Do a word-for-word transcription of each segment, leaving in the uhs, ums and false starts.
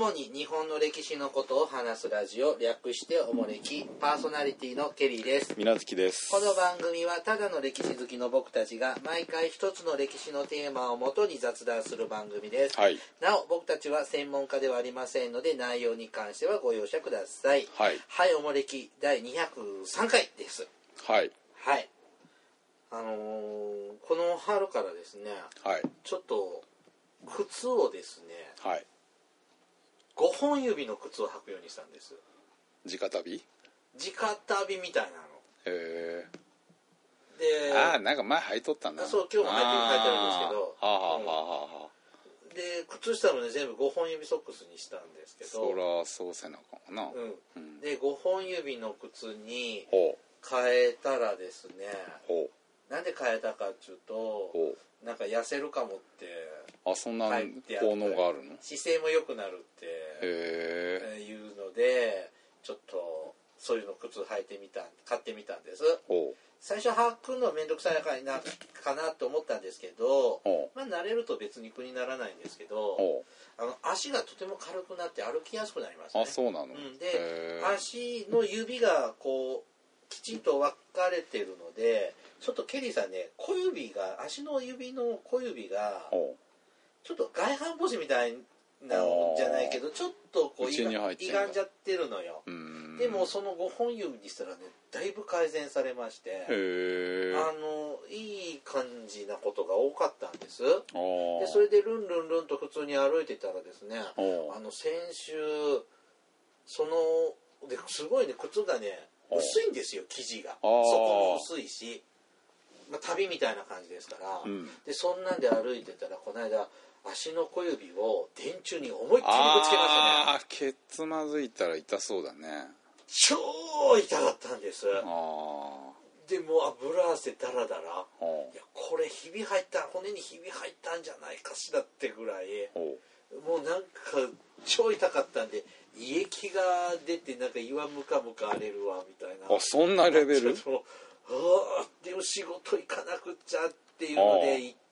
主に日本の歴史のことを話すラジオ、略しておもれき、パーソナリティのケリーです。 みなずきです。 この番組はただの歴史好きの僕たちが毎回一つの歴史のテーマをもとに雑談する番組です、 はい、 なお僕たちは専門家ではありませんので内容に関してはご容赦ください。 はい、 はい、おもれきだいにひゃくさんかいです。 はいはい。あのー、この春からですね、 はい、 ちょっと靴をですね、 はい、 ごほん指の靴を履くようにしたんです。 直旅直旅みたいなの。 へえ。で、 ああ、なんか前履いとったんだ。 そう、今日も履いてるんですけど、 はあ、はあはあはあ、 で、靴下もね全部ごほん指ソックスにしたんですけど、 そらそうせなあかんな、 うんうん、でごほん指の靴に変えたらですね、 ほう、 なんで変えたかっていうと、なんか痩せるかもって、 あ、そんな効能があるの？ 姿勢も良くなるっていうので、ちょっとそういうの靴履いてみた、買ってみたんです。最初履くのめんどくさいかなかなと思ったんですけど、まあ慣れると別に苦にならないんですけど、あの足がとても軽くなって歩きやすくなりますね。 あ、そうなの？うん、 で、足の指がこうきちんと分かれてるので、ちょっとケリーさんね、小指が、足の指の小指がちょっと外反母趾みたいなのじゃないけど、ちょっとこう歪んじゃってるのよ。でもそのごほん指にしたらね、だいぶ改善されまして、 へー、 あのいい感じなことが多かったんです。でそれでルンルンルンと普通に歩いてたらですね、あの先週そのですごいね、靴がね薄いんですよ、生地が。そこも薄いし、まあ、旅みたいな感じですから、うん、でそんなんで歩いてたらこの間足の小指を電柱に思いっきりぶつけましたね。 ああ、けつまずいたら痛そうだね。 超痛かったんです。あでも油汗ダラダラ、いやこれひび入った、骨にひび入ったんじゃないかしらってぐらい、もうなんか超痛かったんで、胃液が出てなんか胃はムカムカ荒れるわみたいな。 あ、そんなレベル？ あでも仕事行かなくっちゃっていうので行って、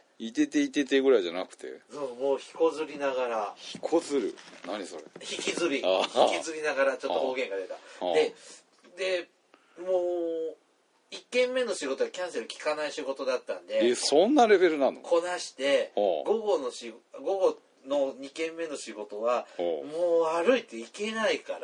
いてていててぐらいじゃなくて、 そうもうひこずりながら、 ひこずる、何それ、 引きずり引きずりながら、ちょっと方言が出たで、でもういっけんめの仕事はキャンセル効かない仕事だったんで、 えそんなレベルなの？こなして午後のし午後のにけんめの仕事はもう歩いて行けないから、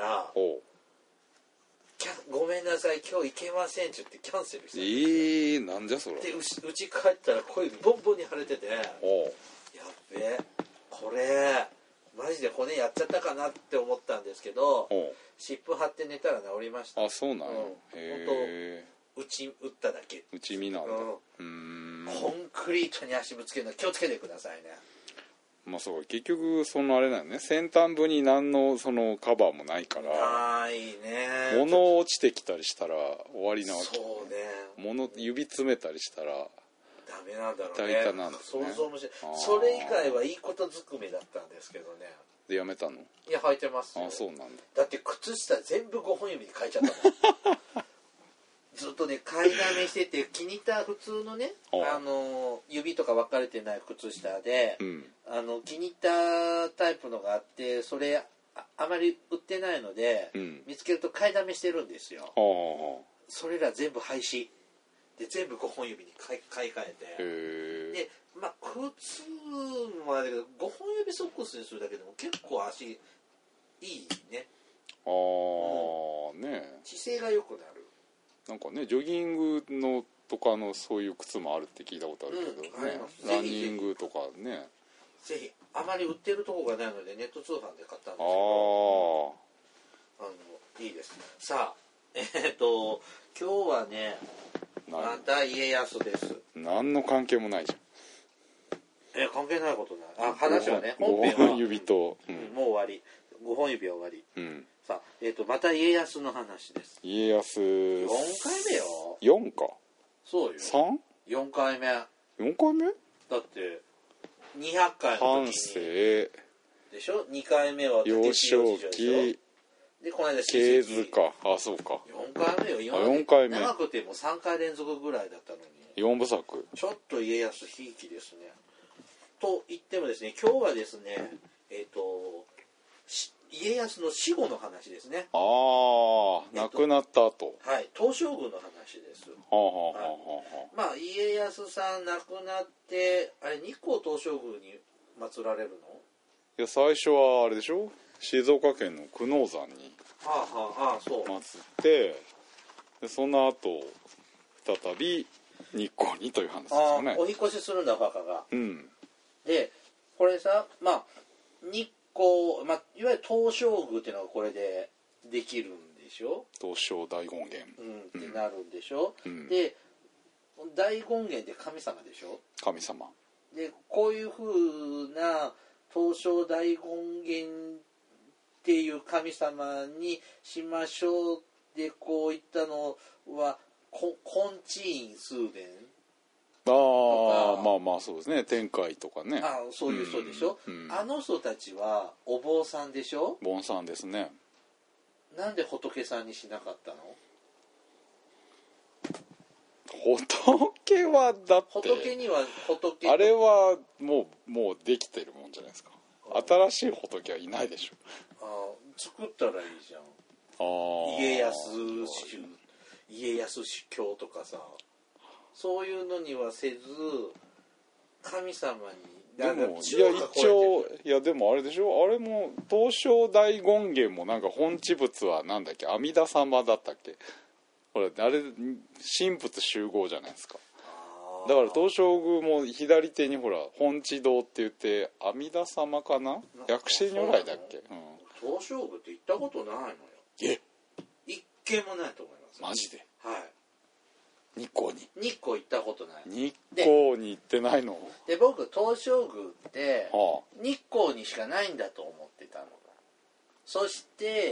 ごめんなさい今日行けませんって言ってキャンセルしたんですよ。 えー、なんじゃそれ。 でうち帰ったら小指ボンボンに腫れてて、やっべえこれマジで骨やっちゃったかなって思ったんですけど、湿布貼って寝たら治りました。 あ、そうなの、うん、 へー、打ち打っただけ、 打ち身なんだ、 うん、うーんコンクリートに足ぶつけるの気をつけてくださいね。 まあそう結局そのあれだよね、先端部に何のそのカバーもないからないね、 物落ちてきたりしたら終わりなわけ、 そうね、 物指詰めたりしたらダメなんだろうね、 痛々なんだね、 想像もしそれ以外はいいことずくめだったんですけどね。 でやめたの？ いや履いてますよ。 あ、そうなんだ。 だって靴下全部ごほん指に変えちゃったもんずっとね買いだめしてて、気に入った普通のね、あの指とか分かれてない靴下で、うん、あの気に入ったタイプのがあって、それ あ, あまり売ってないので、うん、見つけると買いだめしてるんですよ。それら全部廃止で全部ごほん指に買い替えて、でまあ靴もあれだけどごほん指ソックスにするだけでも結構足いいね。 ああ、うん、ね、 姿勢が良くなる。 なんかね、ジョギングのとかのそういう靴もあるって聞いたことあるけどね、うん、ランニングとかね、 ぜひ、あまり売ってるとこがないのでネット通販で買ったんですけど、あのいいです。さあ、えー、っと今日はねまた家康です。 何の関係もないじゃん。え関係ないことない。あ話はね、本編はごほん指と、うん、もう終わり、ごほん指は終わり、うん、さあ、えー、とまた家康の話です。 家康よんかいめよ。 よんか。 そうよ。 さん? よんかいめ。よんかいめだってにひゃっかいの時に半生でしょ。にかいめは幼少期で、この間系図か。あ、そうか。 よんかいめよ。今までよんかいめ長くてもさんかい連続ぐらいだったのによんぶさく。 ちょっと家康ひいきですね。と言ってもですね、今日はですね、えっ、ー、と家康の死後の話ですね。 ああ、えっと、亡くなった後。 はい、東照宮の話です。はあはあはあはあ、まあ家康さん亡くなってあれ日光東照宮に祀られるの？ いや最初はあれでしょ、静岡県の久能山に祀ってでその後再び日光にという話ですよね。 お引越しするんだお墓が。 うん、でこれさ、まあ日光、まあ、いわゆる東照宮っていうのがこれでできるんでしょ。 東照大権現、 うん、ってなるんでしょ、うん、で大権現って神様でしょ。 神様でこういうふうな東照大権現っていう神様にしましょうでこういったのは金地院崇伝ああまあまあそうですね、天海とかね、 あそういう人でしょ、うんうん、あの人たちはお坊さんでしょ。 坊さんですね。 なんで仏さんにしなかったの？ 仏はだって仏には仏あれはもうもうできてるもんじゃないですか。新しい仏はいないでしょ。 あ作ったらいいじゃん。あ家康宗家康宗教とかさそういうのにはせず神様にでもいや一応いやでもあれでしょ、あれも東照大権現もなんか本地仏はなんだっけ阿弥陀様だったっけ。ほらあれ神仏集合じゃないですか。だから東照宮も左手にほら本地堂って言って阿弥陀様かな薬師如来だっけ、 うん、東照宮って行ったことないのよ。 え一軒もないと思います。 マジで？ はい。 日光に日光行ったことない。 日光に行ってないの？ で僕東照宮って、はあ、日光にしかないんだと思ってたの。そして、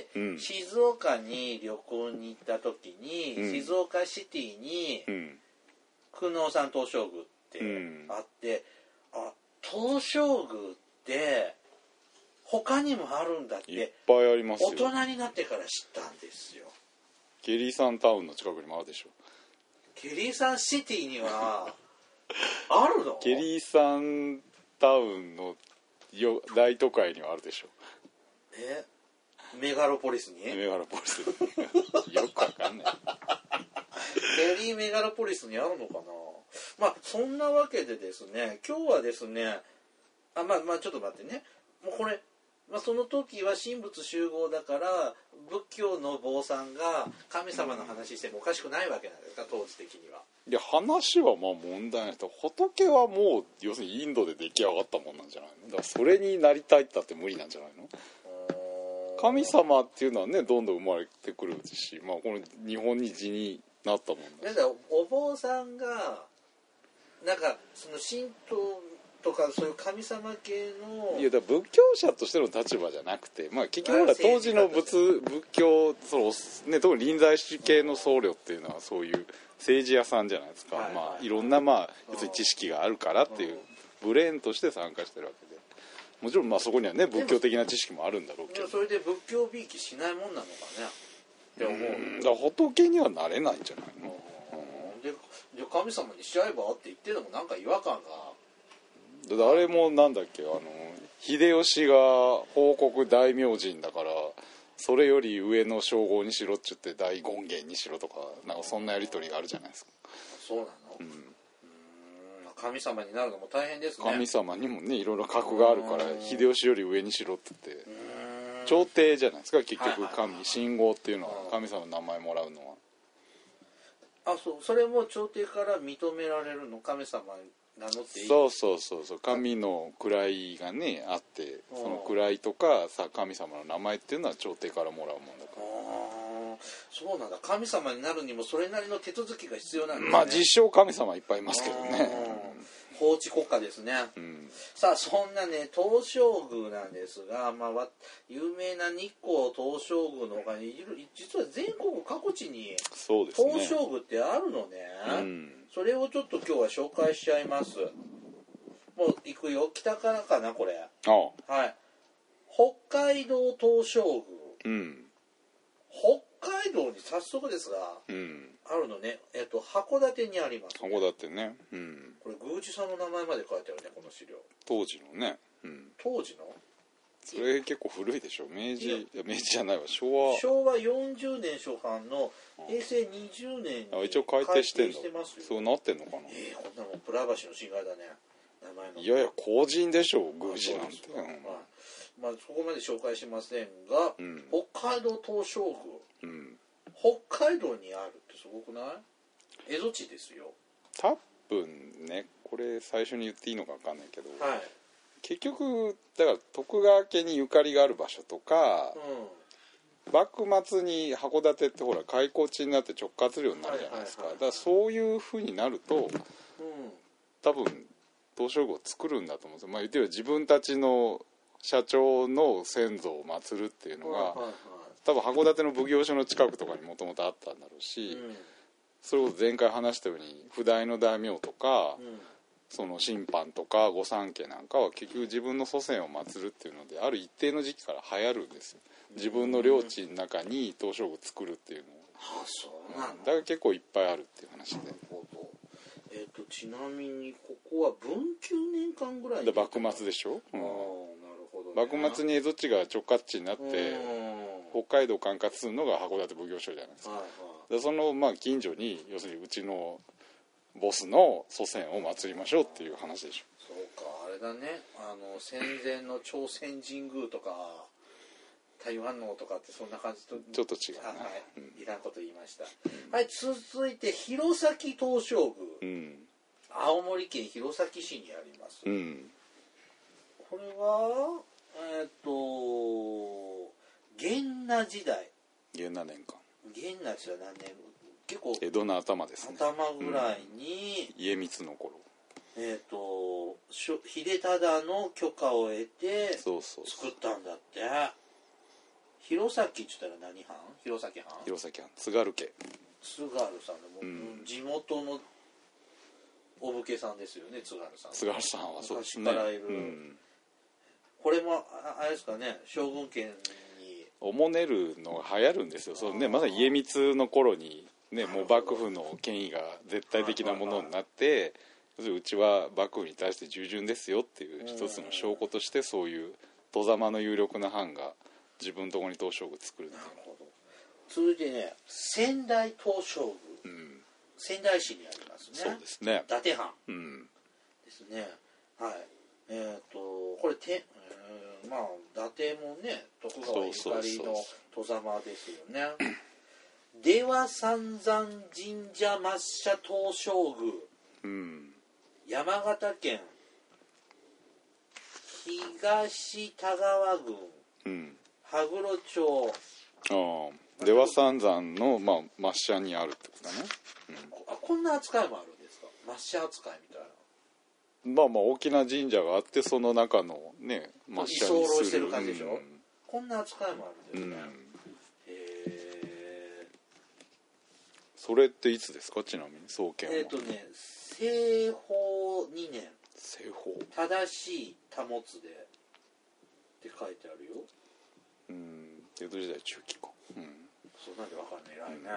うん、静岡に旅行に行った時に、うん、静岡シティに、うん、久能山東照宮ってあって、うん、あ東照宮って他にもあるんだっていっぱいありますよ。 大人になってから知ったんですよ。 ケリーサンタウンの近くにもあるでしょ。 ケリーサンシティにはあるの？ ケリーサンタウンの大都会にはあるでしょ。 えメガロポリスに？ メガロポリスによくわかんないケリーメガロポリスにあるのかな。まあそんなわけでですね今日はですねあまあまあちょっと待ってねもうこれ、まあ、その時は神仏集合だから仏教の坊さんが神様の話してもおかしくないわけなんですか当時的には。 いや話はまあ問題ないと。仏はもう要するにインドで出来上がったもんなんじゃないの。だからそれになりたいったって無理なんじゃないの。神様っていうのはねどんどん生まれてくるし、まあ、この日本に字になったもんだ。だからお坊さんがなんかその神道とかそういう神様系のいやだから仏教者としての立場じゃなくて、まあ、結局は当時の仏仏教その、ね、特に臨済宗系の僧侶っていうのはそういう政治屋さんじゃないですか、はいはいはいまあ、いろんな、まあ、要するに知識があるからっていうブレーンとして参加してるわけでもちろんまあそこにはね仏教的な知識もあるんだろうけどそれで仏教びいきしないもんなのかねって思う。 うんだから仏にはなれないんじゃないの。 でで神様にしちゃえばって言ってでもなんか違和感がだあれもなんだっけあの秀吉が報国大明神だからそれより上の称号にしろっちゅって大権現にしろとかなんかそんなやり取りがあるじゃないですか。 そうなの、うん、うーん神様になるのも大変ですね。 神様にもねいろいろ格があるから秀吉より上にしろって言って朝廷じゃないですか結局神信号っていうのは神様の名前もらうのは。 あそうそれも朝廷から認められるの神様名乗っていい。 そうそうそうそう神の位がねあってその位とかさ神様の名前っていうのは朝廷からもらうもんだから。 あそうなんだ。神様になるにもそれなりの手続きが必要なんですね。 まあ実証神様いっぱいいますけどね。 法治国家ですね、うん、さあそんなね東照宮なんですが、まあ、有名な日光東照宮の他に実は全国各地に東照宮ってあるのね、うん、それをちょっと今日は紹介しちゃいます。もう行くよ北からかなこれ。ああはい北海道東照宮、うん、北海道に早速ですが、うん、あるのね、えっと、函館にあります、 ね、函館ね、うん、 これ宮司さんの名前まで書いてあるねこの資料。 当時のね、うん、 当時のそれ結構古いでしょ。明治、いや明治じゃないわ、昭和昭和よんじゅうねん初版の平成にじゅうねんにあ一応改訂してんの。 ますよ。 そうなってんのかな。 えー、こんなもんプライバシーの侵害だね、名前の。 いやいや公人でしょ宮司なんて、うん、 まあ、そこまで紹介しませんが、うん、北海道東照宮、うん、北海道にあるってすごくない？蝦夷地ですよ。 多分ね、これ最初に言っていいのか分かんないけど、はい、結局だから徳川家にゆかりがある場所とか、うん、幕末に函館ってほら開港地になって直轄領になるじゃないですか、はいはいはいはい、だからそういうふうになると、うん、多分東照宮を作るんだと思うんですよ。まあ言ってみれば自分たちの社長の先祖を祀るっていうのが、はいはいはい、多分函館の奉行所の近くとかにもともとあったんだろうし、うん、それこそ前回話したように不代の大名とか、うん、その審判とか御三家なんかは結局自分の祖先を祀るっていうのである一定の時期から流行るんですよ。自分の領地の中に東照宮を作るっていうのを、 はあ、そうなの。 だから結構いっぱいあるっていう話で、 えー、とちなみにここは文久年間ぐらいで幕末でしょ、うん、 あなるほど、ね、 幕末に蝦夷地が直轄地になって北海道を管轄するのが函館奉行所じゃないですか、はいはい、でそのまあ近所に要するにうちのボスの祖先を祀りましょうっていう話でしょ。 そうか、あれだね、あの戦前の朝鮮神宮とか台湾のとかってそんな感じとちょっと違うね、 はい、うん、いらんこと言いました、うん、はい。続いて弘前東照宮、うん、青森県弘前市にあります、うん、これはえっ、ー、と元和時代、 元和年間、 元和時代何年、結構江戸の頭ですね、 頭ぐらいに、 うん、家光の頃、 えっ、ー、と秀忠の許可を得て作ったんだって。そうそうそう、弘前って言ったら何藩？弘前藩？ 弘前藩、津軽家。 津軽さんでも、うん、地元のお武家さんですよね、津軽さん。 津軽さんはそうですね。昔からいる、うん、 これもあれですかね、将軍家におもねるのが流行るんですよ。そうね、まだ家光の頃にね、もう幕府の権威が絶対的なものになって、うちは幕府に対して従順ですよっていう一つの証拠として、そういう外様の有力な藩が自分のところに東照宮作るっていう。なるほど。 続いてね、仙台東照宮、うん、仙台市にありますね。 そうですね。 伊達藩、うん、ですね。はい。えっ、ー、とこれて、えー、まあ伊達もね、徳川ゆかりの外様ですよね。出羽三山神社末社東照宮、うん、山形県東田川郡、うん、羽黒町。 ああ、出羽三山の、まあ、末社にあるってことだね、 うん、あ、こんな扱いもあるんですか、末社扱いみたいな。 まあまあ大きな神社があって、その中のね末社にする、居候してる感じでしょ、うん、 こんな扱いもあるんですね、うん、へえ。 それっていつですか、ちなみに創建は。 えっ、ー、とね、せいほうにねん、 西方正しい保つでって書いてあるよ。 うん、江戸時代中期か、うん、 そうなんでわかんないらいね、うん、はい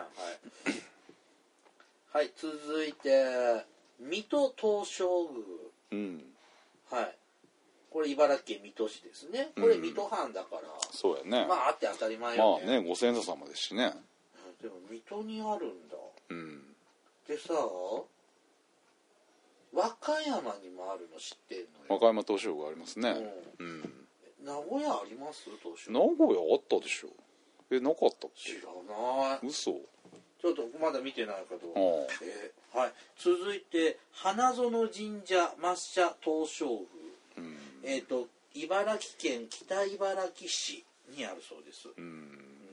はい。続いて水戸東照宮、うん、はい、これ茨城県水戸市ですね。これ水戸藩だから、うん、 そうやね、 まああって当たり前よね。 まあね、ご先祖様ですしね。 でも水戸にあるんだ、うん、でさ、和歌山にもあるの知ってんのよ。 和歌山東照宮ありますね、うん、うん、 名古屋あります？東照名古屋あったでしょ。え、なかったっけ？ 知らない。 嘘。 ちょっとまだ見てないけど、えー、はい。続いて花園神社末社東照宮、うん、えっ、ー、と茨城県北茨城市にあるそうです。うん、うん、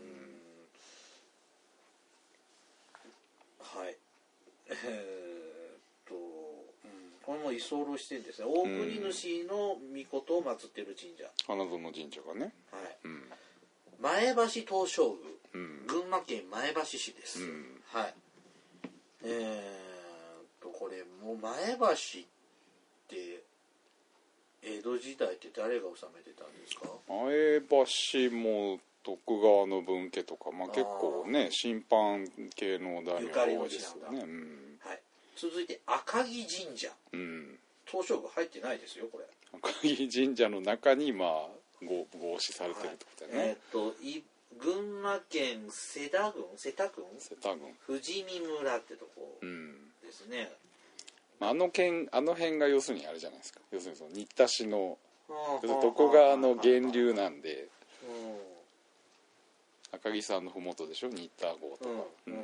はい。えー、と、うん、これも居候してるんですね。大国主の御事を祀ってる神社。 花園神社がね。 はい。うん、前橋東照宮、うん、群馬県前橋市です。うん、はい。えー、とこれもう前橋って江戸時代って誰が治めてたんですか？ 前橋も徳川の分家とか、まあ、結構ね審判系の大名が多いですよね、うん、 はい。続いて赤城神社、うん、東照宮入ってないですよこれ。 赤城神社の中にまあ合合祀されてるってことだよね、 はい、えっ、ー、とい群馬県瀬田郡瀬田郡瀬田郡富士見村ってとこですね、 うん、あの県あの辺が要するにあれじゃないですか、要するにその新田市の徳川の源流なんで、うん、赤城山の麓でしょ、新田郷とか、うんうん、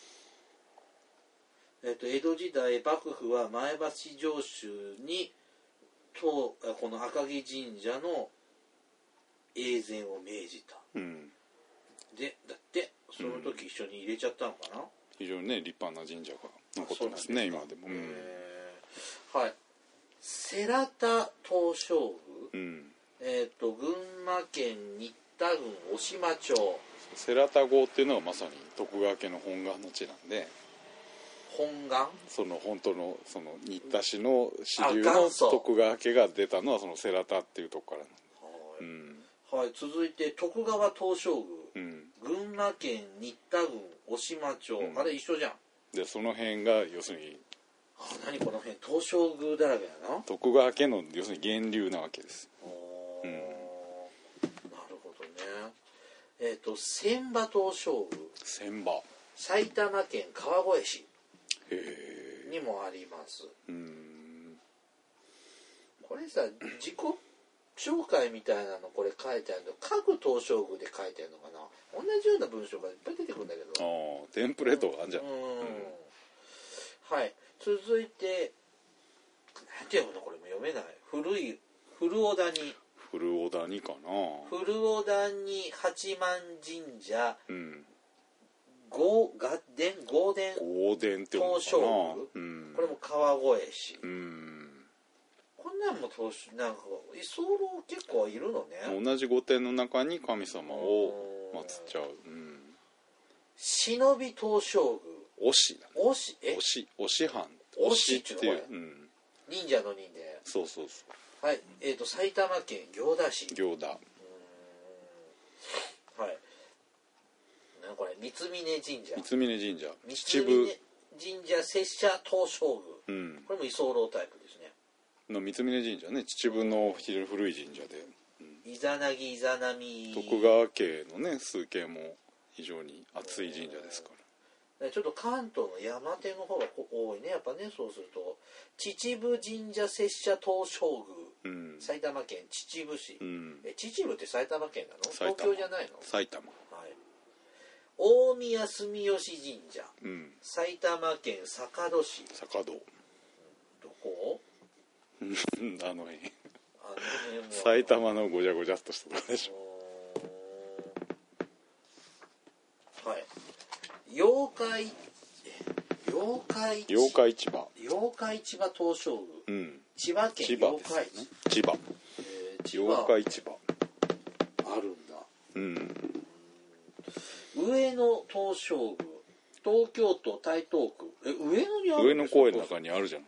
えー、と江戸時代幕府は前橋城主にとこの赤城神社の永全を命じた、うん、でだってその時一緒に入れちゃったのかな、うん、 非常にね立派な神社が残ってますね今でも、うん、 はい。世良田東照宮、うん、えっ、ー、と群馬県新田郡渡島町、 世良田郷っていうのはまさに徳川家の本願の地なんで、 本願その本当のその新田市の支流の徳川家が出たのはその世良田っていうとこからなんで、 はい、うん、はい、続いて徳川東照宮、うん、群馬県新田郡渡島町、うん、あれ一緒じゃん。 でその辺が要するにあ、何この辺東照宮だらけだな。 徳川家の要するに源流なわけです。 うん、なるほどね。えっ、ー、と千葉東照宮、 千葉埼玉県川越市にもあります。うん、これさ自己紹介みたいなのこれ書いてあるの各東照宮で書いてあるのかな、同じような文章がいっぱい出てくるんだけど、 ああテンプレートがあるんじゃん、うんうん、 はい。続いて何て読むのこれも読めない、古い古小谷古小谷かな、 古小谷八幡神社、うん、合殿合殿合殿って東照宮、うん、これも川越市、うん、こんなんも東なんか居候結構いるのね。 同じ御殿の中に神様を祀っちゃう、うん、 忍び東照宮、 推しだね、 推しえ推し推し藩推しっていう、うん、忍者の忍で、 そうそうそう、 はい、えーと埼玉県行田市、 行田、うーん、はい、なんこれ三峯神社、 三峯神社、 秩父神社拙者東照宮、うん、これも居候タイプですね。 の三峯神社ね、秩父の非常に古い神社で、 うん、イザナギイザナミ、 徳川家のね崇敬も非常に熱い神社ですから、 ちょっと関東の山手の方が多いねやっぱね。そうすると秩父神社拙者東照宮、うん、埼玉県秩父市、うん、え秩父って埼玉県なの？東京じゃないの？ 埼玉、 はい、大宮住吉神社、うん、埼玉県坂戸市、 坂戸、 どこ？ あの辺埼玉のごちゃごちゃっとしたとこでしょ。はい、妖怪妖怪妖怪市場妖怪市場東照宮、うん、千葉県千葉妖怪市、 ね、千葉、えー、千葉妖怪市場あるんだ、うん、上野東照宮、東京都台東区、え上野にあるんですか？上野公園の中にあるじゃん。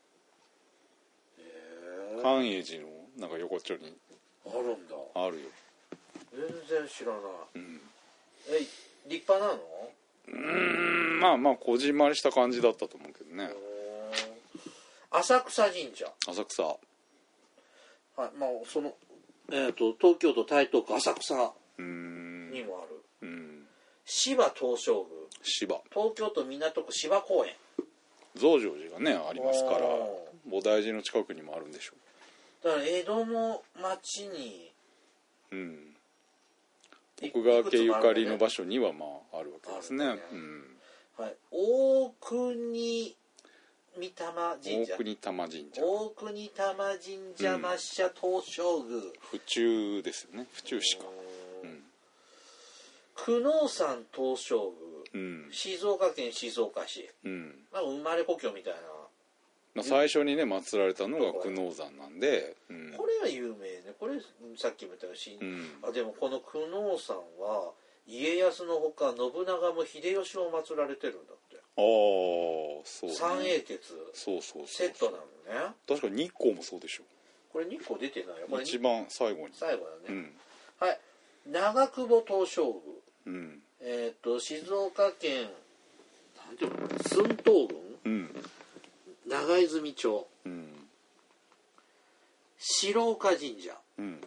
寛永寺のなんか横っちょにあるんだ。 あるよ。 全然知らない、うん、え立派なの？ うーん、まあまあこじんまりした感じだったと思うけどね。 浅草神社、 浅草、はい、 まあそのえっ、ー、と東京都台東区浅草にもある、うん、芝東照宮、 芝東京都港区芝公園、 増上寺がねありますから菩提寺の近くにもあるんでしょう。だから江戸の町に、うん、 徳川家ゆかりの場所にはまああるわけですね。 ね、うん、はい、大国御霊神社、 大国玉神社、 大国玉神社抹社東照宮、 府中ですよね、府中市か、うん、 久能山東照宮、うん、静岡県静岡市、うん、まあ、生まれ故郷みたいな、 まあ、最初にね祀られたのが久能山なんで、うん、 これは有名ね。これさっきも言ったし、うん、あでもこの久能山は家康のほか信長も秀吉も祀られてるんだって。 ああそう、ね、 三英傑そうそうそうセットなのね。 確か日光もそうでしょ。 これ日光出てないよ。これ一番最後に最後だね、うん、はい。長久保東照宮、うん、えっ、ー、と静岡県なんていうの駿東郡、うん、長泉町、うん、白岡神社、うん、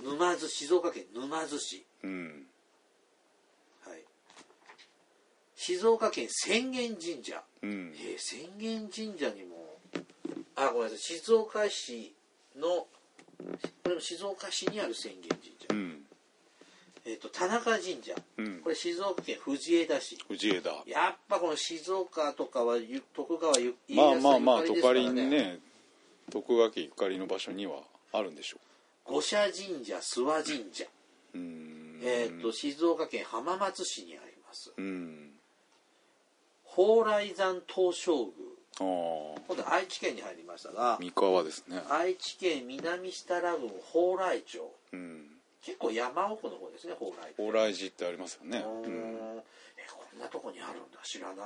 沼津、静岡県沼津市、 うん、 はい、静岡県浅間神社、 うん、 えー、浅間神社にも、あ、ごめんなさい、静岡市の、これも静岡市にある浅間神社、うん、えーと、田中神社、うん、これ静岡県藤枝市、 藤枝、 やっぱこの静岡とかは徳川家康さんゆかりですからね。まあまあまあ、 ゆとかりにね、徳川家ゆかりの場所にはあるんでしょう。五社神社、諏訪神社、うーん、えーと、静岡県浜松市にあります。うん、蓬莱山東照宮、今度愛知県に入りましたが、 三河ですね。 愛知県南設楽郡蓬莱町、うん、結構山奥の方ですね、蓬莱。 蓬莱寺ってありますよね。うん、 えこんなとこにあるんだ、知らない。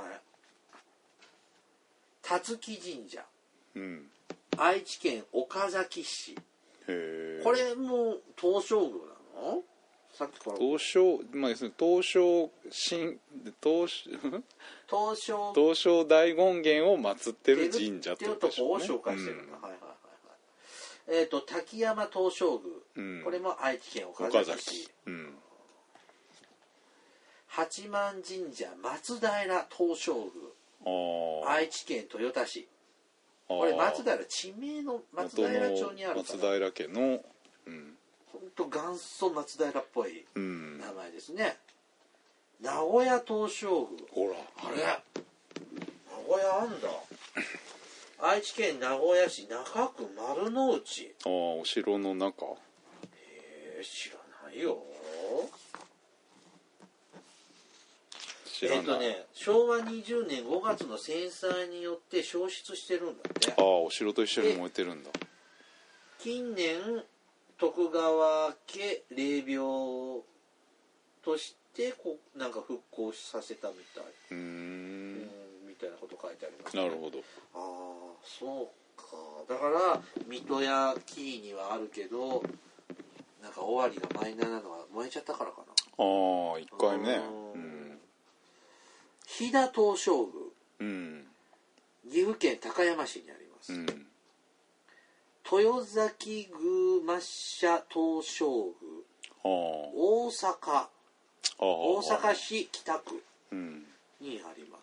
辰木神社、うん、愛知県岡崎市。へこれも東照宮なの？さっきから東照、まあですね、東照神東東照東照大権現を祀ってる神社ってことでしょうね。 っていうとこを紹介してるんだ。うん、はいはいはいはい。えっ、ー、と滝山東照宮、うん、これも愛知県岡崎市。うん、八幡神社松平東照宮、愛知県豊田市。これ松平地名の松平町にある松平家の、うん、 ほんと元祖松平っぽい名前ですね。うん、名古屋東照宮、 ほらあれ名古屋あんだ。愛知県名古屋市中区丸の内。 ああ、お城の中。 へえ、知らないよ。 知らない。 えっとね、しょうわにじゅうねんごがつの戦災によって焼失してるんだって。 ああ、お城と一緒に燃えてるんだ。 近年徳川家霊廟としてこうなんか復興させたみたい。うーん、うんみたいなこと書いてありますね。 なるほど。 ああ、そうか。だから水戸や紀伊にはあるけど、なんか尾張がマイナーなのは燃えちゃったからかな。 ああ、一回ね。うん。 飛騨東照宮、うん、岐阜県高山市にあります。うん、豊崎宮末社東照宮、大阪大阪市北区にあります。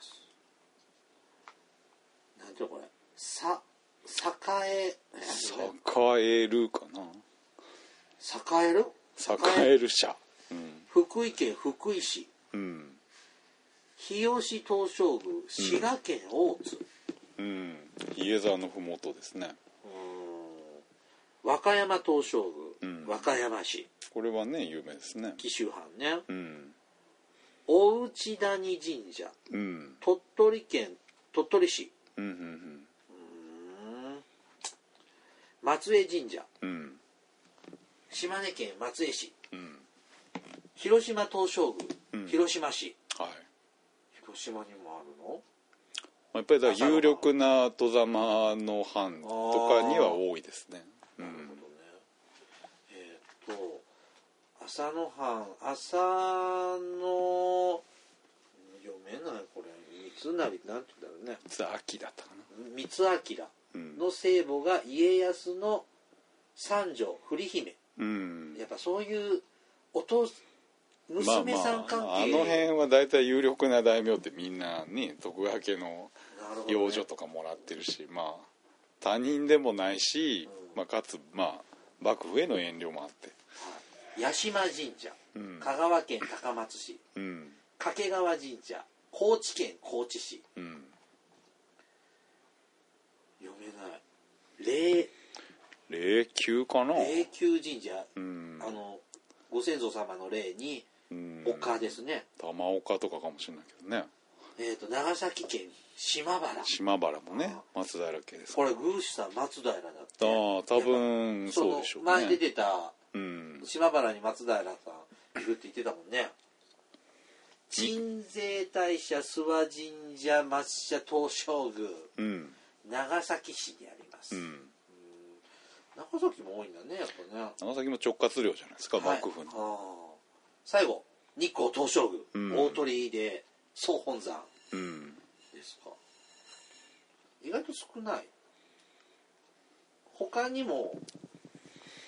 うん、なんていうのこれ、さ栄栄えるかな。 栄える栄える社、うん、 福井県福井市、うん、日吉東照宮、滋賀県大津、 うんうん、比叡山のふもとですね。 うん、和歌山東照宮、うん、和歌山市、 これはね有名ですね。 紀州藩ね、うん、お内谷神社、うん、鳥取県鳥取市、うんうんうん、うん松江神社、うん、島根県松江市、うん、広島東照宮、うん、広島市、はい、広島にもあるの？ やっぱりだから有力な外様の藩とかには多いですね。なるほどね。 えー、っと浅野藩、浅野読めないこれ。三成なんて言うんだろうね。 三明だったかな。 三明の聖母が家康の三女栗姫、うん、やっぱそういうお父娘さん関係、まあまあ、 あの辺はだいたい有力な大名ってみんなね徳川家の養女とかもらってるし、ね、まあ他人でもないし、うんまあ、かつまあ幕府への遠慮もあって、 はい、八島神社、うん、香川県高松市、うん、掛川神社高知県高知市、うん、読めない霊霊宮かな。 霊宮神社、うん、あのご先祖様の霊に丘ですね。 玉岡とかかもしれないけどね。 えっ、ー、と長崎県島原。 島原もね松平家です。 これ宮司さん松平だって。 ああ多分そうでしょうね。 前出てた、うん、島原に松平さんいるって言ってたもんね。鎮西大社諏訪神社末社東照宮、うん、長崎市にあります。うん、長崎も多いんだねやっぱね。 長崎も直轄領じゃないですか、はい、幕府の。あ最後日光東照宮、うん、大鳥居で総本山ですか、うん、意外と少ない。他にも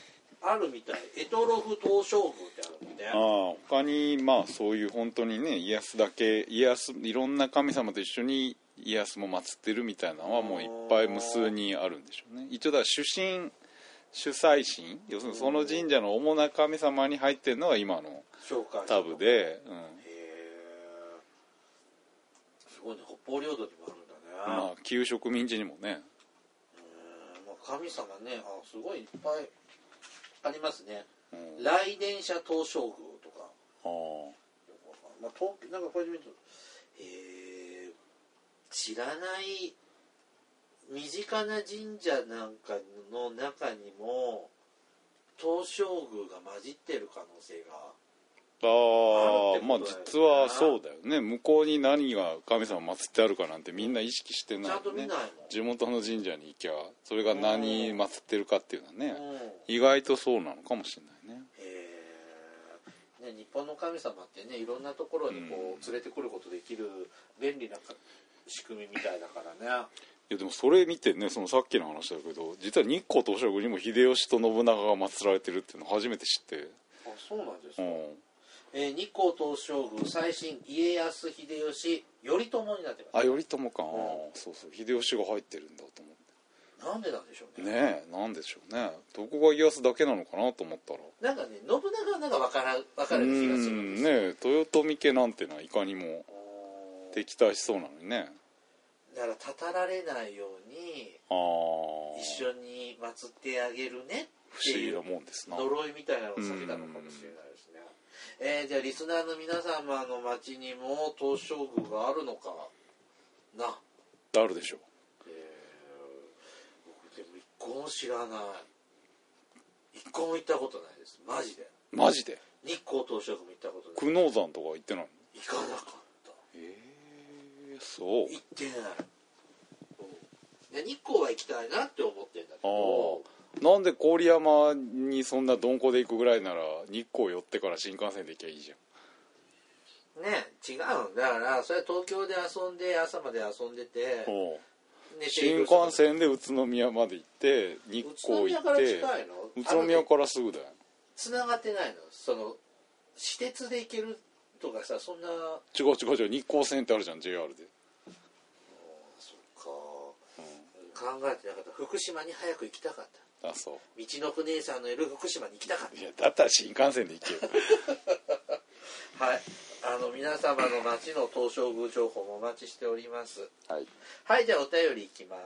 あるみたい。エトロフ東照宮ってあるもんね。 ああ、他にまあそういう本当にね、家康だけ、家康いろんな神様と一緒に家康も祀ってるみたいなのはもういっぱい無数にあるんでしょうね。一応だから主神主催神、要するにその神社の主な神様に入ってるのが今のタブで、うん、へえ、すごいね。北方領土にもあるんだね。まあ旧植民地にもね。 まあ、神様ね、あ、すごいいっぱいありますね。うん、来電者東照宮とか。あ、まあ、東なんかこれで見ると、えー、知らない身近な神社なんかの中にも東照宮が混じってる可能性がああ、まあ実はそうだよね。向こうに何が神様祀ってあるかなんてみんな意識してないよね。ちゃんと見ないもん。地元の神社に行きゃそれが何祀ってるかっていうのはね、意外とそうなのかもしれないね。 へえ、ね、日本の神様ってね、いろんなところにこう連れてくることできる便利な仕組みみたいだからね。 いやでもそれ見てね、そのさっきの話だけど、実は日光東照宮にも秀吉と信長が祀られてるっていうのを初めて知って。 あ、そうなんですか。うん、えー、日光東照宮最新家康秀吉頼朝になってます。 あ、頼朝か、うん、そうそう、秀吉が入ってるんだと思って。 なんでなんでしょうね。 ねえ、なんでしょうね。どこが家康だけなのかなと思ったら、 なんかね、信長はなんか分から分かる気がするんですよ。 ねえ、豊臣家なんてのはいかにも敵対しそうなのにね。 だからたたられないようにあ一緒に祀ってあげるねっていう呪いみたいなのを避けたのかもしれないですね。えー、じゃあリスナーの皆様の町にも東照宮があるのかな。 あるでしょう。 えー、僕でも一個も知らない。一個も行ったことないです。マジで。マジで。日光東照宮も行ったことない。 久能山とか行ってないの？ 行かなかった。 えー、そう。 行ってない。うん、日光は行きたいなって思ってるんだけど。 なんで郡山にそんな鈍行で行くぐらいなら日光寄ってから新幹線で行きゃいいじゃん。 ね、違うんだから、それは東京で遊んで朝まで遊んでて、 新幹線で宇都宮まで行って日光行って、宇都宮から近いの？宇都宮からすぐだよ。 繋がってないの？その私鉄で行けるとかさ、そんな。 違う違う違う、日光線ってあるじゃん、 ジェイアール で。あ、 そっか、うん、考えてなかった。福島に早く行きたかった。 あ、そう。 道のく姉さんのいる福島に行きたかった。 いや、だったら新幹線で行けよ。 はい、あの皆様の町の東照宮情報もお待ちしております。 はい、 はい、じゃあお便りいきます。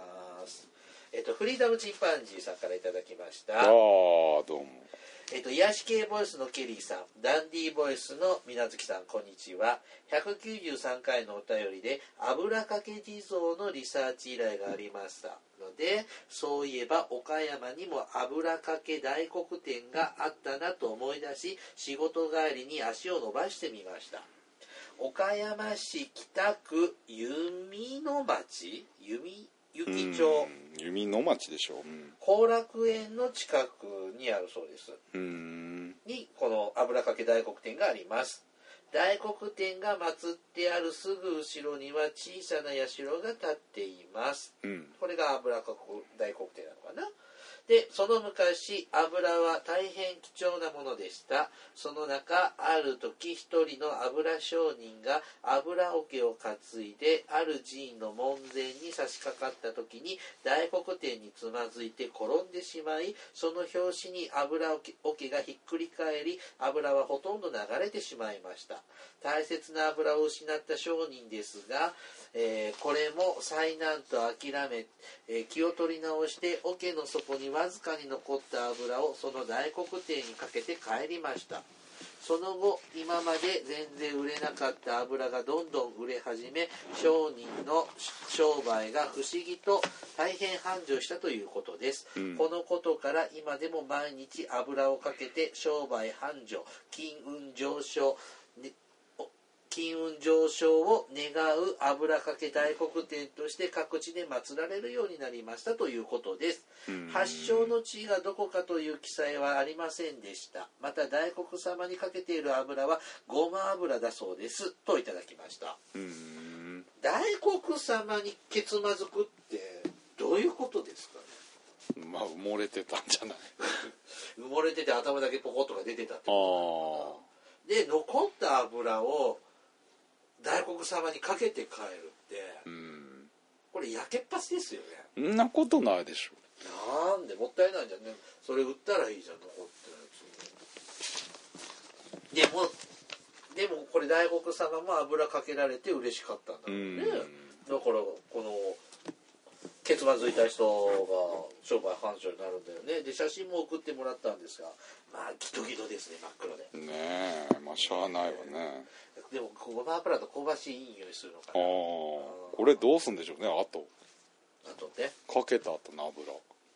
えっとフリーダムチンパンジーさんからいただきました。 ああ、どうも。 えっと癒し系ボイスのケリーさん、ダンディーボイスのみなずきさん、こんにちは。ひゃくきゅうじゅうさんかいのお便りで油かけ地蔵のリサーチ依頼がありましたので、そういえば岡山にも油かけ大黒店があったなと思い出し、仕事帰りに足を伸ばしてみました。岡山市北区弓の町弓雪町、 弓の町でしょう、うん、 後楽園の近くにあるそうです。 うーんにこの油かけ大黒天があります。大黒天が祀ってあるすぐ後ろには小さな社が建っています、うん、これが油かけ大黒天なのかな。で、その昔油は大変貴重なものでした。その中、ある時一人の油商人が油桶を担いである寺院の門前に差し掛かった時に大黒天につまずいて転んでしまい、その拍子に油桶がひっくり返り、油はほとんど流れてしまいました。大切な油を失った商人ですが、えー、これも災難と諦め、えー、気を取り直して桶の底にわずかに残った油をその大黒天にかけて帰りました。その後、今まで全然売れなかった油がどんどん売れ始め、商人の商売が不思議と大変繁盛したということです、うん、このことから今でも毎日油をかけて商売繁盛、金運上昇、ね、金運上昇を願う油かけ大黒天として各地で祀られるようになりましたということです。発祥の地がどこかという記載はありませんでした。また大黒様にかけている油はごま油だそうですといただきました。うーん、大黒様にけつまずくってどういうことですかね。 まあ埋もれてたんじゃない埋もれてて頭だけポコッとか出てたってあことで残った油を大黒様にかけて帰るって、うん、これ焼けっぱちですよね。 そんなことないでしょ。 なんでもったいないじゃんね。それ売ったらいいじゃん残ってるやつ。でもでもこれ大黒様も油かけられて嬉しかったんだろうね。だからこの結末ついた人が商売繁盛になるんだよね。で写真も送ってもらったんですが、まあギトギトですね、真っ黒でねえ、まあしゃあないわね。 でもごま油と香ばしいいい匂いするのかな。ああ、これどうすんでしょうね。あとあとねかけた後の油、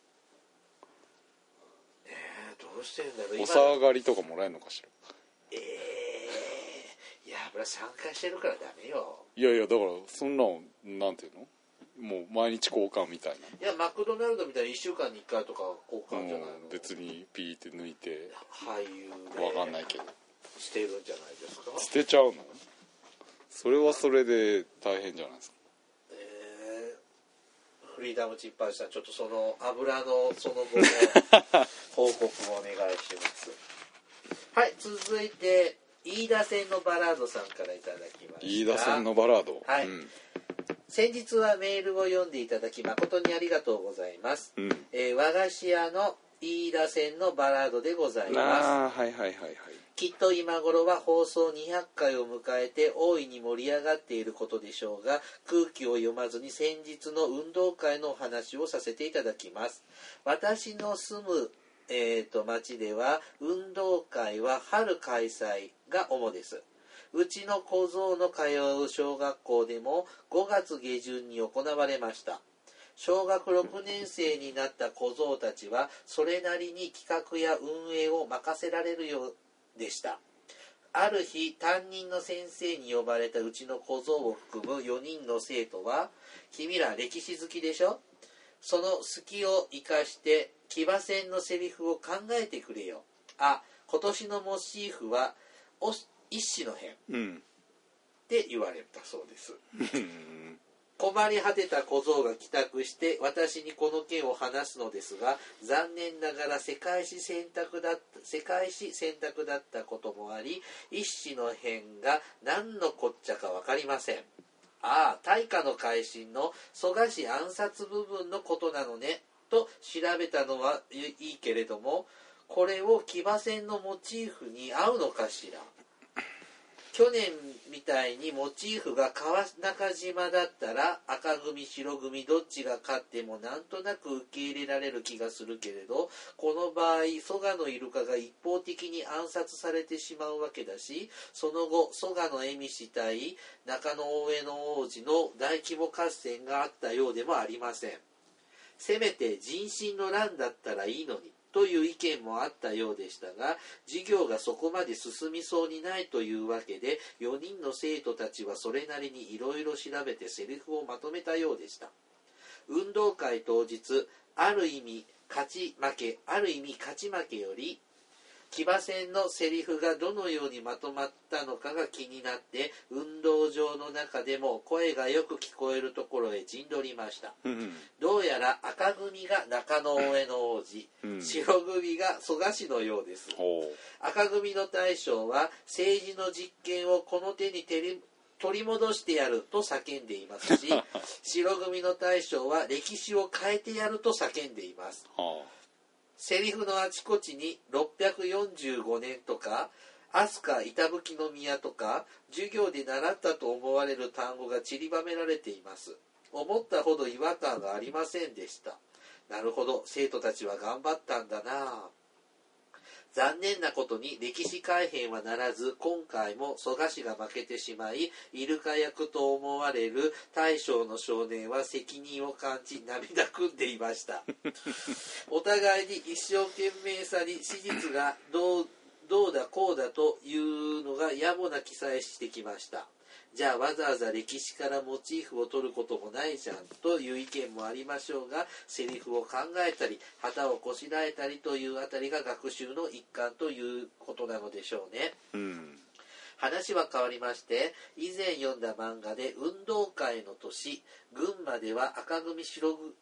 えー、どうしてるんだろう。 お下がりとかもらえるのかしら。 えー、いや油参加してるからダメよ。 いやいや、だからそんなのなんていうの、もう毎日交換みたいな。 いやマクドナルドみたいにいっしゅうかんにいっかいとか交換じゃないの、うん、 別にピーって抜いて俳優でわかんないけど捨てるんじゃないですか。 捨てちゃうの。それはそれで大変じゃないですか。 えー、フリーダムチッパーさん、ちょっとその油のその後の報告をお願いしますはい、続いて飯田線のバラードさんからいただきました。 飯田線のバラード、 はい、うん、先日はメールを読んでいただき誠にありがとうございます、うん、えー、和菓子屋の飯田線のバラードでございます。 あ、はいはいはいはい。 きっと今頃は放送にひゃっかいを迎えて大いに盛り上がっていることでしょうが、空気を読まずに先日の運動会のお話をさせていただきます。私の住む、えーと、町では運動会は春開催が主です。うちの小僧の通う小学校でもごがつ下旬に行われました。小学ろくねん生になった小僧たちはそれなりに企画や運営を任せられるようでした。ある日担任の先生に呼ばれたうちの小僧を含むよにんの生徒は、君ら歴史好きでしょ、その好きを生かして騎馬戦のセリフを考えてくれよ。あ、今年のモチーフは一種の変、うん、って言われたそうです困り果てた小僧が帰宅して私にこの件を話すのですが、残念ながら世界史選択だった世界史選択だったこともあり、一種の変が何のこっちゃか分かりません。ああ、大化の改新の蘇我氏暗殺部分のことなのねと調べたのはいいけれども、これを騎馬戦のモチーフに合うのかしら。去年みたいにモチーフが川中島だったら赤組白組どっちが勝ってもなんとなく受け入れられる気がするけれど、この場合蘇我のイルカが一方的に暗殺されてしまうわけだし、その後蘇我の蝦夷対中野大江の王子の大規模合戦があったようでもありません。せめて人心の乱だったらいいのにという意見もあったようでしたが、授業がそこまで進みそうにないというわけで、よにんの生徒たちはそれなりにいろいろ調べてセリフをまとめたようでした。運動会当日、ある意味勝ち負け、ある意味勝ち負けより、騎馬戦のセリフがどのようにまとまったのかが気になって、運動場の中でも声がよく聞こえるところへ陣取りました。うん、どうやら赤組が中野大江の王子、うん、白組が蘇我氏のようです。赤組の大将は政治の実権をこの手に手に取り戻してやると叫んでいますし白組の大将は歴史を変えてやると叫んでいます。セリフのあちこちにろっぴゃくよんじゅうごねんとか飛鳥板吹の宮とか授業で習ったと思われる単語が散りばめられています。思ったほど違和感がありませんでした。なるほど、生徒たちは頑張ったんだな。残念なことに歴史改変はならず、今回も蘇我氏が負けてしまい、イルカ役と思われる大将の少年は責任を感じ涙ぐんでいましたお互いに一生懸命さに史実がどう、どうだこうだというのが野暮な記載してきました。じゃあわざわざ歴史からモチーフを取ることもないじゃんという意見もありましょうが、セリフを考えたり旗をこしらえたりというあたりが学習の一環ということなのでしょうね。うん、話は変わりまして、以前読んだ漫画で運動会の年、群馬では赤組白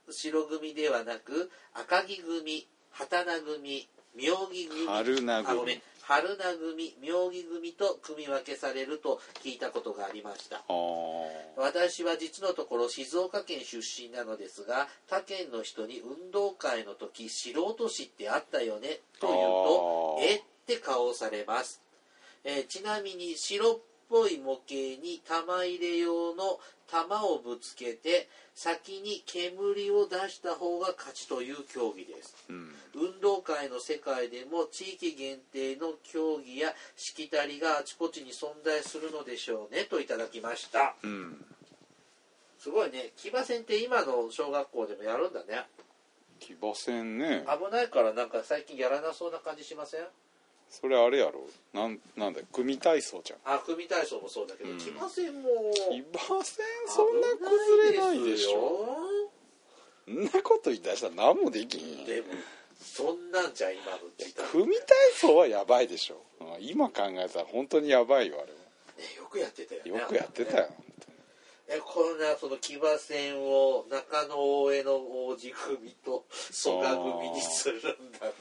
白組ではなく赤木組、畑名組、妙義組、 春名組、 あごめん春名組、妙義組と組み分けされると聞いたことがありました。私は実のところ静岡県出身なのですが、他県の人に運動会の時素人誌ってあったよねと言うとえって顔をされます。えー、ちなみに白っぽい模型に玉入れ用の玉をぶつけて先に煙を出した方が勝ちという競技です、うん、運動会の世界でも地域限定の競技やしきたりがあちこちに存在するのでしょうねといただきました、うん、すごいね。騎馬戦って今の小学校でもやるんだね。 騎馬戦ね、 危ないからなんか最近やらなそうな感じしません？ それあれやろ、なんなんだ組体操じゃん。 あ、組体操もそうだけど、うん、騎馬戦も騎馬戦そんな崩れないでしょ。そんなこと言い出したら何もできん。 でもそんなんじゃ今の時代。 組体操はやばいでしょ。今考えたら本当にやばいよあれは、 ね、よくやってたよね。 よくやってたよ、ね、 えこんなその騎馬戦を中野大江の王子組と蘇我組にするんだって。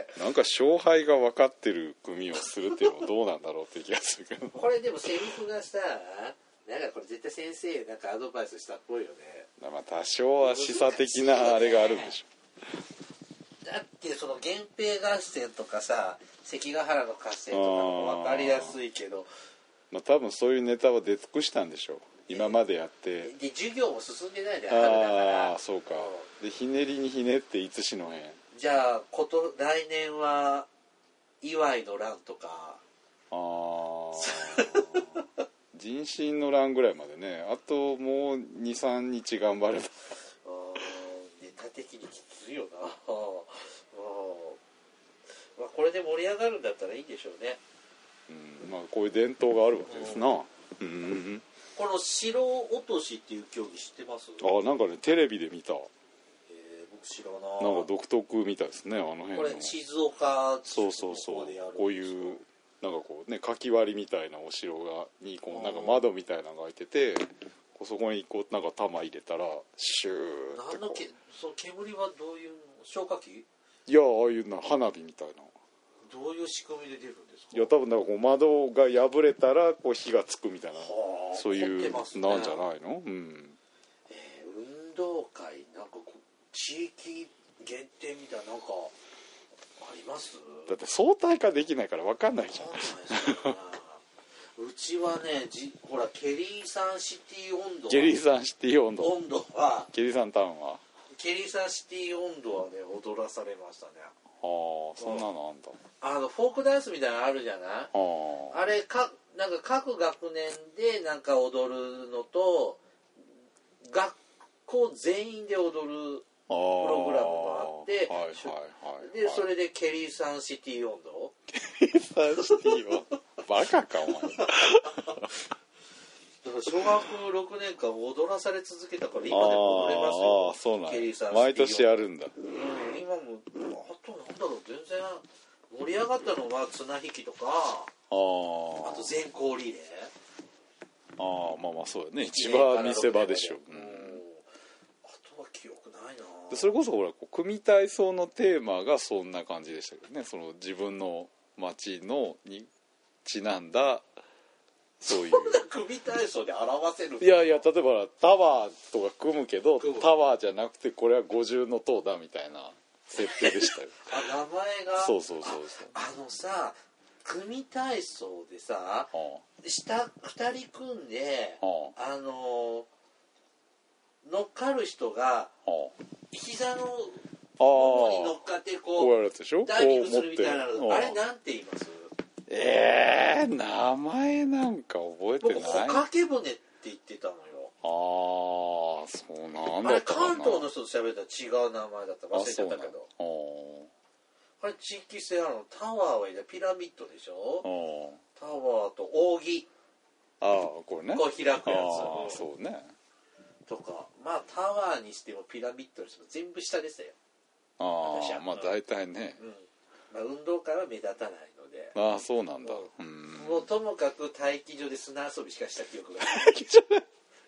なんか勝敗が分かってる組をするっていうのもどうなんだろうって気がするけどこれでもセリフがさ、なんかこれ絶対先生なんかアドバイスしたっぽいよね。 まあ多少は示唆的なあれがあるんでしょ。 だってその源平合戦とかさ関ヶ原の合戦とかも分かりやすいけど、 まあ多分そういうネタは出尽くしたんでしょう今までやって。 で授業も進んでないで春だから。 ああそうか。でひねりにひねっていつしの変。 じゃあこと来年は祝いの乱とか。ああ人心の乱ぐらいまでね。あともう にさんにち頑張れば。 あネタ的にきついよな。あまあこれで盛り上がるんだったらいいでしょうね。 うん、まあこういう伝統があるわけですな。うん、うん、 この城落としっていう競技知ってます？ あなんかねテレビで見た。 知らな。 なんか独特みたいですねあの辺の。 これ静岡そうそうそうこういうなんかこうねかき割りみたいなお城がにこうなんか窓みたいなのが開いててこうそこにこうなんか玉入れたらシューってこう。 けその煙はどういう消火器？ いやああいうな花火みたいな。 どういう仕組みで出るんですか？ いや多分なんかこう窓が破れたらこう火がつくみたいなそういうなんじゃないの？うん。 えー、運動会なんかこう地域限定みたいななんかあります？ だって相対化できないから分かんないじゃん。 うちはねじほらケリーサンシティ温度ケリーサンシティ温度温度はケリーサンタウンはケリーサンシティ温度はね踊らされましたね。 ああそんなのあんだ。 あのフォークダンスみたいなのあるじゃない。ああれかなんか各学年でなんか踊るのと学校全員で踊るプログラムがあって、はいはいはい、でそれでケリーサンシティ温度ケリーサンシティ温度バカかお前。 小学ろくねんかん踊らされ続けたから今でも踊れますよ。 ああそうなんだ。毎年やるんだ。 うん、今もあとなんだろう全然盛り上がったのは綱引きとか あ, あと全校リレー。 ああまあまあそうだね一番見せ場でしょう、うん、 あとは記憶ないな。 でそれこそほらこう組体操のテーマがそんな感じでしたけどね。その自分の町のにちなんだそういう。 そんな組体操で表せる。 いやいや例えばタワーとか組むけどタワーじゃなくてこれは五重の塔だみたいな設定でしたよ。 あ名前がそうそうそうそう。 あ, あのさ組体操でさ、はあ、下ふたり組んで、はあ、あの乗っかる人が、はあ、膝のものに乗っかってこう、 こうやるやつでしょ。 ダイビングするみたいなのあれなんて言います？ えー、名前なんか覚えてない。 僕掛け舟って言ってたのよ。 ああそうなんだあれ関東の人と喋ったら違う名前だった忘れちゃったけど。あれ地域性あるの。タワーはピラミッドでしょ。タワーと扇。 ああこれねこう開くやつ。 あそうね。 とかまあタワーにしてもピラミッドにしても全部下でしたよ。 ああまあ大体ね、 うんまあ、運動会は目立たないので。 ああそうなんだ。 うんもうともかく待機所で砂遊びしかした記憶がない。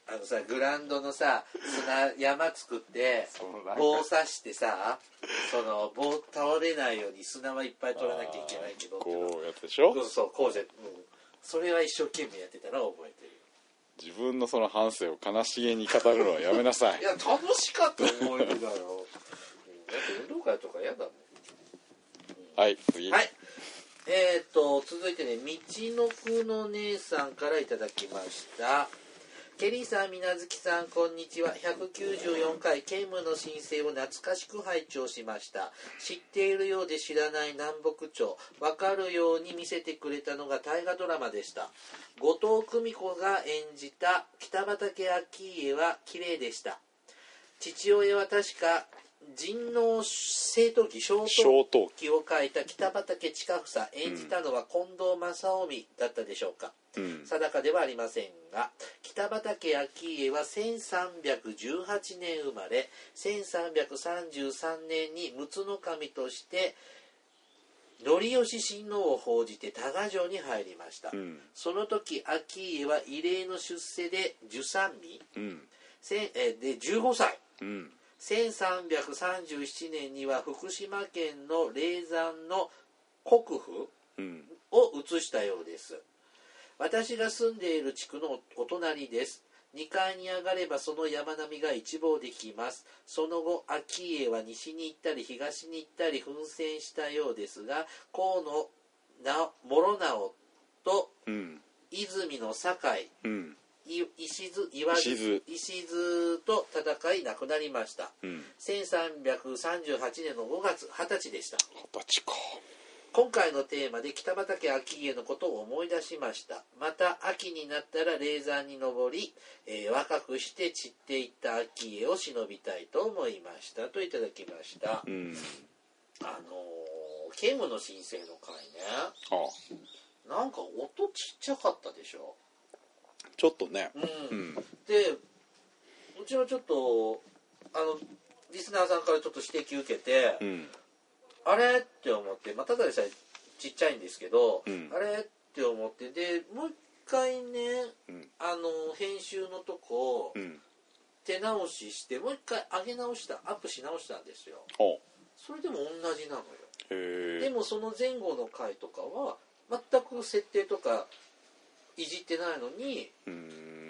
あのさグラウンドのさ砂山作って棒刺してさその棒倒れないように砂はいっぱい取らなきゃいけないけどこうやってでしょ。 そうそうこうじゃ、うん、それは一生懸命やってたら覚えてる。 自分のその反省を悲しげに語るのはやめなさい。 いや楽しかった思い出だよ。だって運動会とか嫌だもん、うん、 はい次。 はいえーと続いてね、みちのくの姉さんからいただきました。ケリーさん、みなずきさん、こんにちは。ひゃくきゅうじゅうよんかいケムの申請を懐かしく拝聴しました。知っているようで知らない南北朝、わかるように見せてくれたのが大河ドラマでした。後藤久美子が演じた北畠顕家は綺麗でした。父親は確か人王正当期小当期を書いた北畠親房、演じたのは近藤正臣だったでしょうか。うん、定かではありませんが、北畠顕家はせんさんびゃくじゅうはちねん生まれ、せんさんびゃくさんじゅうさんねんに陸奥守として範吉親王を奉じて多賀城に入りました。うん、その時顕家は異例の出世で従三位、うん、でじゅうごさい、うん、せんさんびゃくさんじゅうななねんには福島県の霊山の国府を移したようです。私が住んでいる地区のお隣です。にかいに上がればその山並みが一望できます。その後顕家は西に行ったり東に行ったり奮戦したようですが、河野諸直と泉の堺、うん、石津岩津石津と戦い亡くなりました。うん、せんさんびゃくさんじゅうはちねんのごがつ、はたちでした。 はたちか。 今回のテーマで北畠顕家のことを思い出しました。また秋になったら霊山に登り、えー、若くして散っていった顕家を忍びたいと思いましたといただきました。うん、あのー、ケムの申請の回ね。ああ、なんか音ちっちゃかったでしょ。 ちょっとね。 うん。うん、で、うちはちょっとあのリスナーさんからちょっと指摘受けて。うん、あれって思って、まあ、ただでさえちっちゃいんですけど、うん、あれって思ってでもう一回ね、うん、あの編集のとこ、うん、手直ししてもう一回上げ直したアップし直したんですよ。それでも同じなのよ。へでもその前後の回とかは全く設定とかいじってないのに、うん、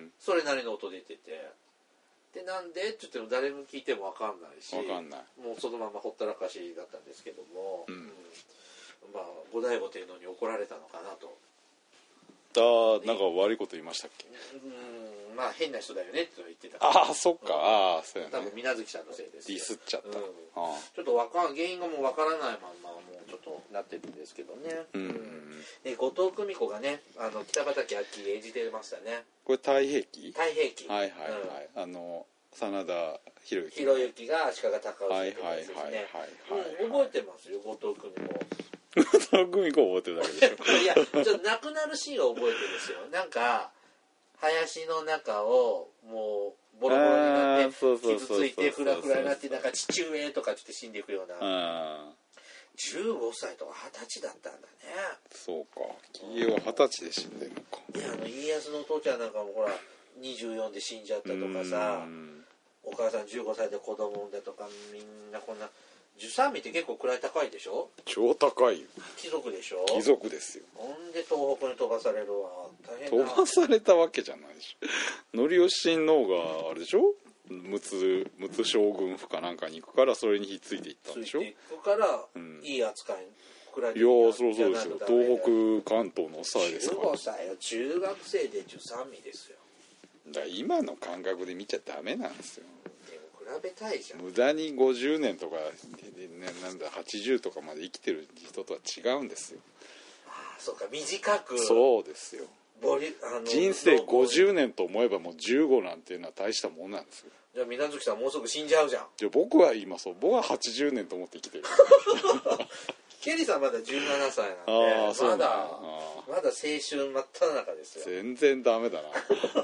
それなりの音出てて。でなんでって言っても誰も聞いても分かんないし、 分かんない、 もうそのままほったらかしだったんですけども、うんうん、まあ後醍醐天皇に怒られたのかなと。 ああ、なんか悪いこと言いましたっけ。 うん、まあ変な人だよねって言ってた。 ああ、そっか、うん、ああ、そうやね。 多分水無月さんのせいです。 ディスっちゃった。うん、 ああちょっとわかん原因がもう分からないままもうちょっとなってるんですけどね。うんうん、で後藤久美子がね、あの北畠顕家演じてましたね。 これ太平記？ 太平記。 はいはいはい。うん、あの真田広之。 広之が足利尊氏ですね。はいはいはいはい、うん。覚えてますよ後藤久美子。 後藤久美子覚えてるだけでしょ。 いやちょっと亡くなるシーンを覚えてるんですよ。なんか林の中をもうボロボロになって傷ついてフラフラになってなんか父上とかって死んでいくような。じゅうごさいとかはたちだったんだね。 そうか。家ははたちで死んでるのか。 いやあの家康のお父ちゃんなんかもほらにじゅうよんで死んじゃったとかさ、お母さんじゅうごさいで子供産んだとか、みんなこんな従三位って結構位高いでしょ。 超高いよ。 貴族でしょ。 貴族ですよ。 ほんで東北に飛ばされるわ。大変な。飛ばされたわけじゃないでしょ。範吉親王があれでしょ、陸奥陸奥将軍府かなんかに行くからそれにひっついていったんでしょ。 ついていくから、うん、いい扱いいやーそうそうですよ。東北関東の際ですから。 じゅうごさいよ。中学生で従三位ですよ。 だから今の感覚で見ちゃダメなんですよ。 でも比べたいじゃん。 無駄にごじゅうねんとか、ね、なんだはちじゅうとかまで生きてる人とは違うんですよ。 ああそうか、短く。 そうですよ。 ボリあの人生ごじゅうねんと思えばもうじゅうごなんていうのは大したもんなんですよ。 じゃあ水無月さんもうすぐ死んじゃうじゃん。 じゃあ僕は今そう僕ははちじゅうねんと思って生きてる。 ケリーさんまだじゅうななさいなんで、あまだまだ青春真っ只中ですよ。 全然ダメだな。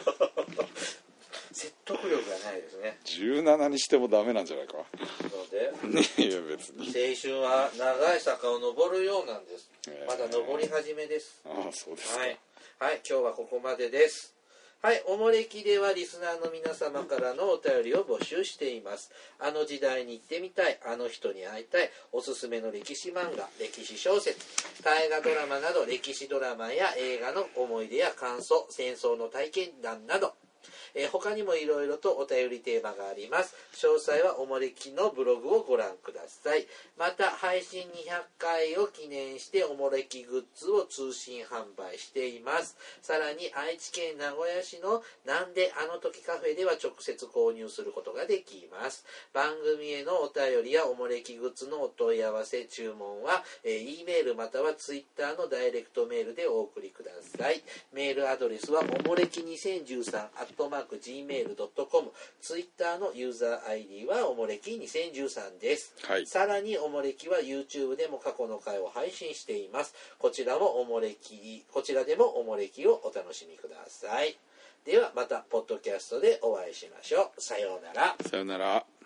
説得力がないですね。 じゅうななにしてもダメなんじゃないか。 のでいや別に青春は長い坂を登るようなんです、えー、まだ登り始めです。 ああそうですか。 はい、はい、今日はここまでです。 はい、おもれきではリスナーの皆様からのお便りを募集しています。あの時代に行ってみたい、あの人に会いたい、おすすめの歴史漫画、歴史小説、大河ドラマなど歴史ドラマや映画の思い出や感想、戦争の体験談など、えー、他にもいろいろとお便りテーマがあります。詳細はおもれきのブログをご覧ください。また配信にひゃっかいを記念しておもれきグッズを通信販売しています。さらに愛知県名古屋市のなんであの時カフェでは直接購入することができます。番組へのお便りやおもれきグッズのお問い合わせ注文は、えー、E メールまたは Twitter のダイレクトメールでお送りください。メールアドレスはおもれきにせんじゅうさんアットマーク ジーメールドットコム、 Twitter のユーザー アイディー はおもれきにせんじゅうさんです、はい、さらにおもれきは YouTube でも過去の回を配信しています。こちらもおもれきこちらでもおもれきをお楽しみください。ではまたポッドキャストでお会いしましょう。さようなら。 さようなら。